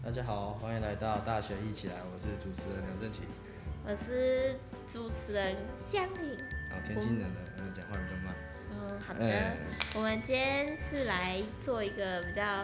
大家好，欢迎来到大学一起来，我是主持人刘正奇。 我是主持人香玲。 天气冷了，我们讲话比较慢。 好的，我们今天是来做一个比较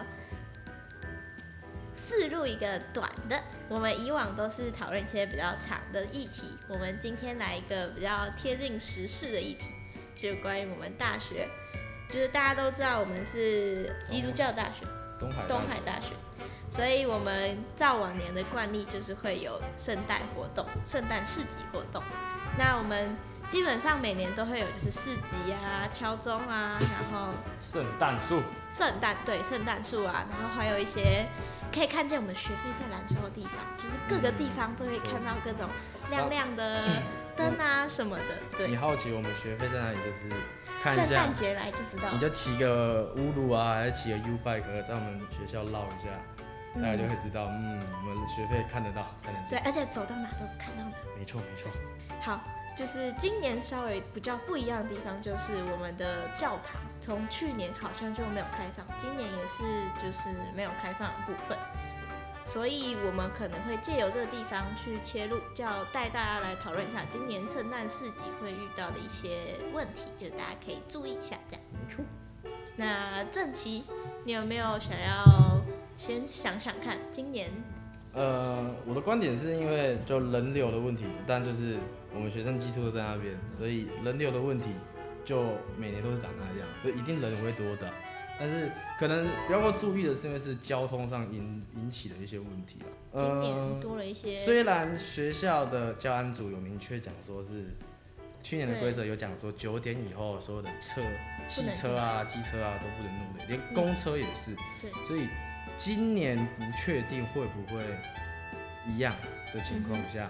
试录一个短的。我们以往都是讨论一些比较长的议题，我们今天来一个比较贴近时事的议题，就是关于我们大学。就是大家都知道我们是基督教大学，东海大学，所以我们照往年的惯例就是会有圣诞活动、圣诞市集活动。那我们基本上每年都会有就是市集啊、敲钟啊，然后圣诞树啊，然后还有一些可以看见我们学费在燃烧的地方，就是各个地方都可以看到各种亮亮的灯啊什么的。对， 你好奇我们学费在哪里，就是看一下圣诞节来就知道， 你就骑个乌鲁啊，还是骑个 U-Bike 在我们学校绕一下，大家就会知道，我们学费看得到， 对，而且走到哪都看到哪。 没错。 好，就是今年稍微比较不一样的地方，就是我们的教堂从去年好像就没有开放，今年也是就是没有开放的部分，所以我们可能会借由这个地方去切入，带大家来讨论一下今年圣诞市集会遇到的一些问题，就是大家可以注意一下这样。 没错。 那正奇，你有没有想要先想想看今年？ 我的观点是因为就人流的问题，但就是我们学生基数都在那边，所以人流的问题就每年都是长那样，所以一定人会多的。但是可能比较注意的是，因为是交通上引起的一些问题啦。 今年多了一些。 虽然学校的教安组有明确讲说是去年的规则有讲说9点以后所有的汽车啊、机车啊都不能弄的，连公车也是。 对。 所以今年不确定会不会一样的情况下，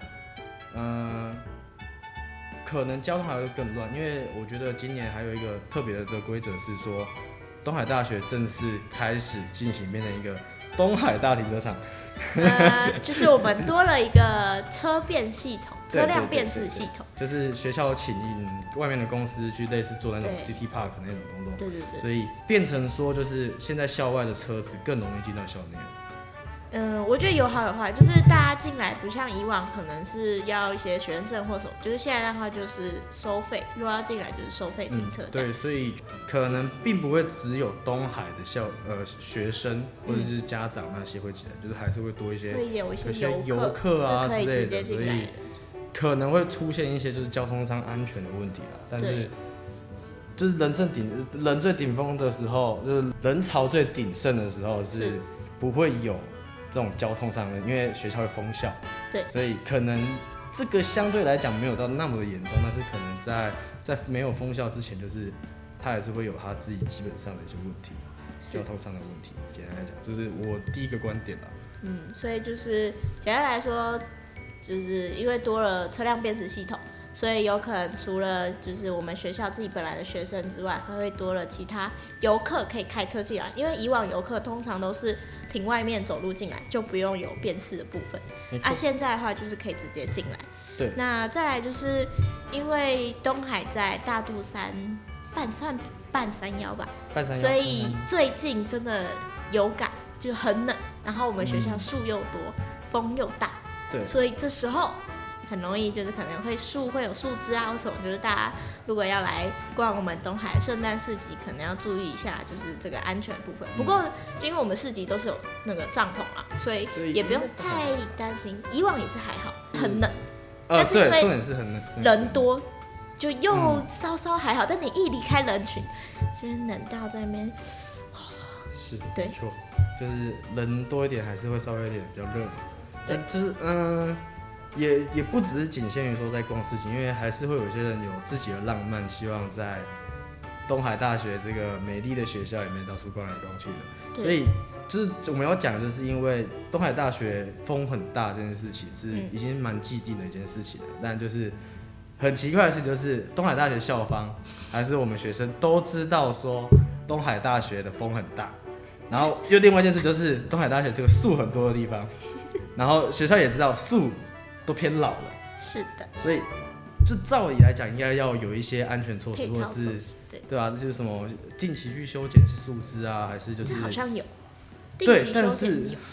可能交通还会更乱，因为我觉得今年还有一个特别的规则是说，东海大学正式开始进行变成一个东海大停车场。 就是我们多了一个车辆辨识系统， 就是学校请外面的公司去类似做那种 City Park 那种东东， 对， 所以变成说就是现在校外的车子更容易进到校内。 我觉得有好有坏，就是大家进来不像以往可能是要一些学生证或什么，就是现在的话就是收费，如果要进来就是收费停车。 对，所以可能并不会只有东海的学生或者是家长那些会进来，就是还是会多一些， 会有一些游客啊之类的， 所以可能会出现一些就是交通上安全的问题啦。但是就是人最顶峰的时候，就是人潮最鼎盛的时候是不会有这种交通上的，因为学校会封校， 对， 所以可能这个相对来讲没有到那么的严重，但是可能在没有封校之前，就是他还是会有他自己基本上的一些问题，交通上的问题。简单来讲，就是我第一个观点啦。 所以就是简单来说，就是因为多了车辆辨识系统，所以有可能除了就是我们学校自己本来的学生之外，还会多了其他游客可以开车进来，因为以往游客通常都是停外面走路进来，就不用有辨识的部分。现在的话就是可以直接进来。 对。 那再来就是因为东海在大肚山半山腰吧，所以最近真的有感，就很冷，然后我们学校树又多，风又大， 对， 所以这时候很容易就是可能会有树枝啊或什么，就是大家如果要来逛我们东海圣诞市集，可能要注意一下就是这个安全部分。不过因为我们市集都是有那个帐篷啦，所以也不用太担心。以往也是还好，很冷，但是因为重点是很冷， 人多就又稍稍还好，但你一离开人群，就是冷到在那边。 是， 对， 没错，就是人多一点还是会稍微有点比较热， 对， 就是也不只是仅限于说在逛市集，因为还是会有些人有自己的浪漫，希望在东海大学这个美丽的学校里面到处逛来逛去的。所以就是我们要讲，就是因为东海大学风很大这件事情是已经蛮既定的一件事情了，但就是很奇怪的事情就是东海大学校方还是我们学生都知道说东海大学的风很大，然后又另外一件事就是东海大学是个树很多的地方，然后学校也知道树都偏老了， 是的， 所以就照理来讲应该要有一些安全措施，或者是对吧？就是什么近期去修剪树枝啊，还是就是好像有， 对，但是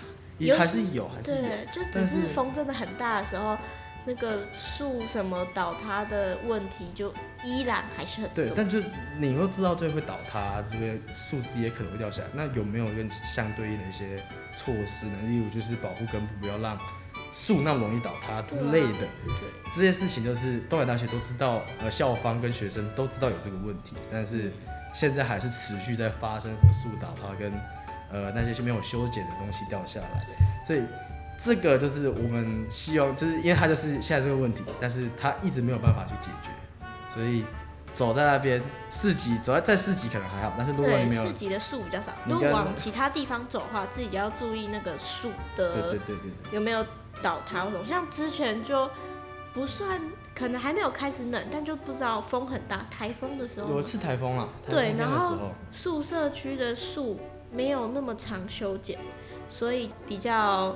也还是有， 对，就只是风真的很大的时候，那个树什么倒塌的问题就依然还是很多。 对，但就你会知道这会倒塌，这个树枝也可能会掉下来。那有没有跟相对应的一些措施呢？例如就是保护根部，不要让树那么容易倒塌之类的。 对， 这些事情就是东海大学都知道，校方跟学生都知道有这个问题，但是现在还是持续在发生什么树倒塌跟那些没有修剪的东西掉下来，所以这个就是我们希望，就是因为它就是现在这个问题，但是它一直没有办法去解决，所以走在那边4级，走在4级可能还好，但是如果你没有 4级的树比较少，如果往其他地方走的话，自己要注意那个树的有没有倒塌或什么，像之前就不算。可能还没有开始冷，但就不知道风很大，台风的时候。 有一次台风啦， 对，然后宿舍区的树没有那么常修剪，所以比较，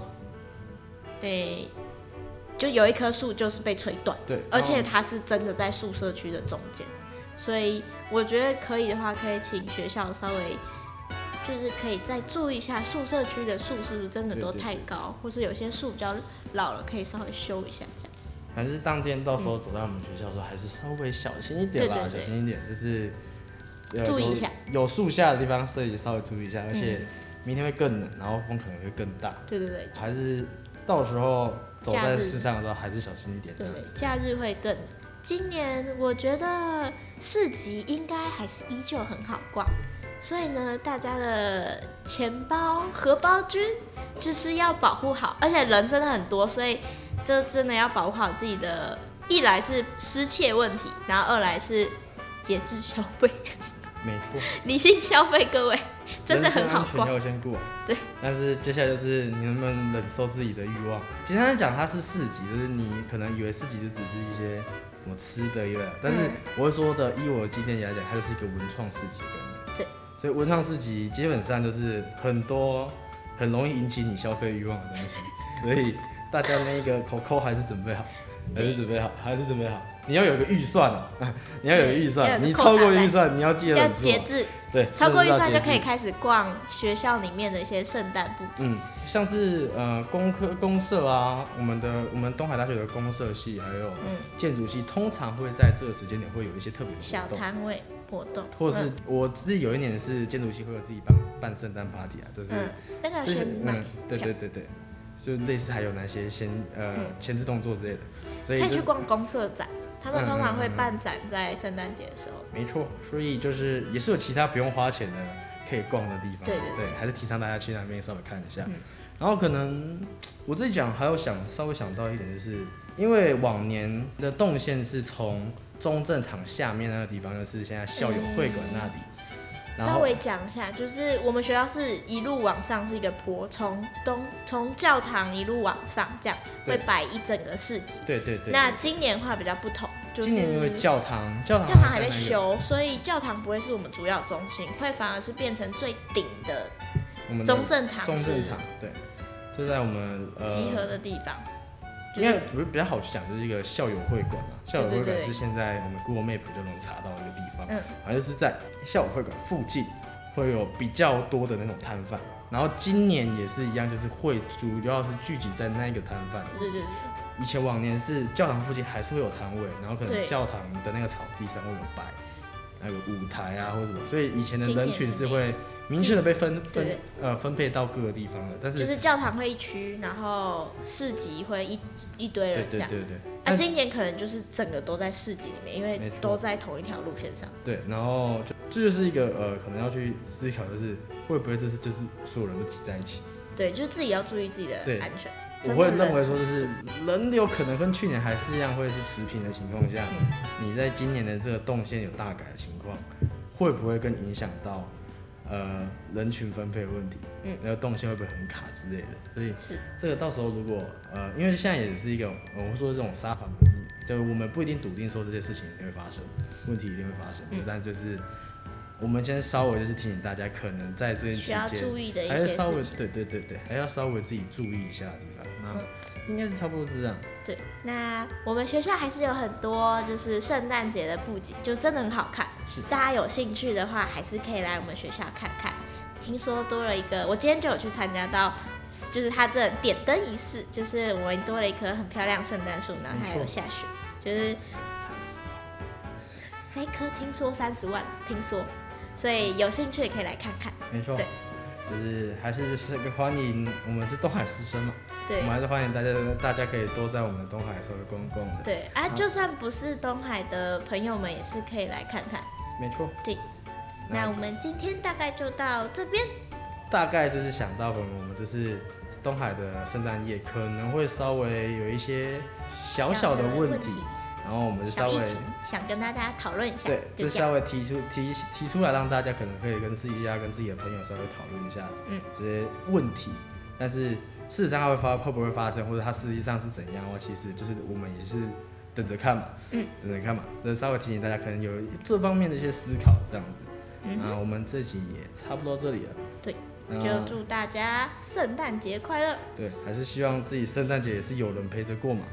就有一棵树就是被吹断， 对， 而且它是真的在宿舍区的中间，所以我觉得可以的话，可以请学校稍微。就是可以再注意一下宿舍区的树是不是真的都太高，或是有些树比较老了，可以稍微修一下这样。 反正是当天到时候走到我们学校的时候，还是稍微小心一点吧，小心一点，就是注意一下， 有树下的地方，所以稍微注意一下，而且明天会更冷，然后风可能会更大。 对， 还是到时候走在市上的时候，还是小心一点。 对，假日会更。今年我觉得市集应该还是依旧很好逛，所以呢，大家的钱包、荷包君就是要保护好，而且人真的很多，所以。就真的要保护好自己的，一来是失窃问题，然后2来是节制消费。 没错， 理性消费，各位真的很好逛。 人身安全要先顾。 对。 但是接下来就是你能不能忍受自己的欲望。简单来讲，它是4级，就是你可能以为4级就只是一些什么吃的以外，但是我会说的，以我的经验来讲，它就是一个文创4级的概念。 对。 所以文创4级基本上就是很多很容易引起你消费欲望的东西，所以。大家那个口扣还是准备好，还是准备好。你要有个预算你要有个预算，你超过预算你要记得要节制。 对， 超过预算就可以开始逛学校里面的一些圣诞布置。 像是公社啊，我们东海大学的公社系还有建筑系，通常会在这个时间点会有一些特别的小摊位活动， 或是我自己有一年是建筑系会有自己办圣诞 party 啊，就是那个先买， 对。就类似还有哪些前置动作之类的，所以可以去逛公社展，他们通常会办展在圣诞节的时候。 没错，所以就是也是有其他不用花钱的可以逛的地方。 对， 还是提倡大家去那边稍微看一下。然后可能我自己讲还有稍微想到一点，就是因为往年的动线是从中正堂下面那个地方，就是现在校友会馆那里。 稍微讲一下，就是我们学校是一路往上是一个坡，从教堂一路往上，这样会摆一整个市集。 对。 那今年的话比较不同，就是今年因为教堂还在修，所以教堂不会是我们主要中心，会反而是变成最顶的中正堂。 对，就在我们集合的地方。 应该比较好去讲，就是一个校友会馆嘛。校友会馆是现在我们 Google Map 就能查到的一个地方，反正就是在校友会馆附近会有比较多的那种摊贩。然后今年也是一样，就是会主要是聚集在那个摊贩。 对。 以前往年是教堂附近还是会有摊位，然后可能教堂的那个草地上会有摆那个舞台啊或者什么，所以以前的人群是会明确的被分配到各个地方的，但是就是教堂会一区，然后市集会一堆人这样。对。今年可能就是整个都在市集里面，因为都在同一条路线上。 对，然后这就是一个可能要去思考，就是会不会这是就是所有人都挤在一起？ 对，就是自己要注意自己的安全。 我会认为说，就是人流可能跟去年还是一样会是持平的情况下，你在今年的这个动线有大改的情况，会不会更影响到人群分配的问题？那个动线会不会很卡之类的？所以这个到时候如果因为现在也是一个我会说这种沙盘博弈，就我们不一定笃定说这些事情一定会发生，问题一定会发生，但就是我们先稍微就是提醒大家，可能在这个期间需要注意的一些事情， 还要稍微对，还要稍微自己注意一下的地方。那应该是差不多是这样。 对，那我们学校还是有很多就是圣诞节的布景，就真的很好看。 是， 大家有兴趣的话，还是可以来我们学校看看。听说多了一个，我今天就有去参加到，就是它这点灯仪式，就是我们多了一棵很漂亮圣诞树，然后还有下雪，就是30万，那一棵听说30万，听说，所以有兴趣也可以来看看。 没错， 对， 就是还是欢迎，我们是东海师生嘛， 对， 我们还是欢迎大家可以多在我们东海稍微逛逛的。 对啊，就算不是东海的朋友们，也是可以来看看。 没错， 对。那我们今天大概就到这边。 大概就是想到我们这是东海的圣诞夜，可能会稍微有一些小的问题，然后我们就稍微想跟大家讨论一下， 对，就稍微提出来，让大家可能可以跟自己的朋友稍微讨论一下，这些问题。但是事实上它会不会发生，或者它实际上是怎样的话，其实就是我们也是等着看嘛，等着看嘛，所以稍微提醒大家可能有这方面的一些思考，这样子。那我们这集也差不多到这里了。 对，就祝大家圣诞节快乐。 对，还是希望自己圣诞节也是有人陪着过嘛。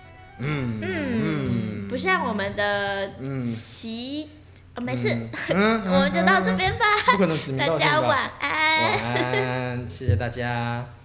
不像我们的没事，我们就到这边吧。 不可能指名道姓吧。 大家晚安。 晚安，谢谢大家。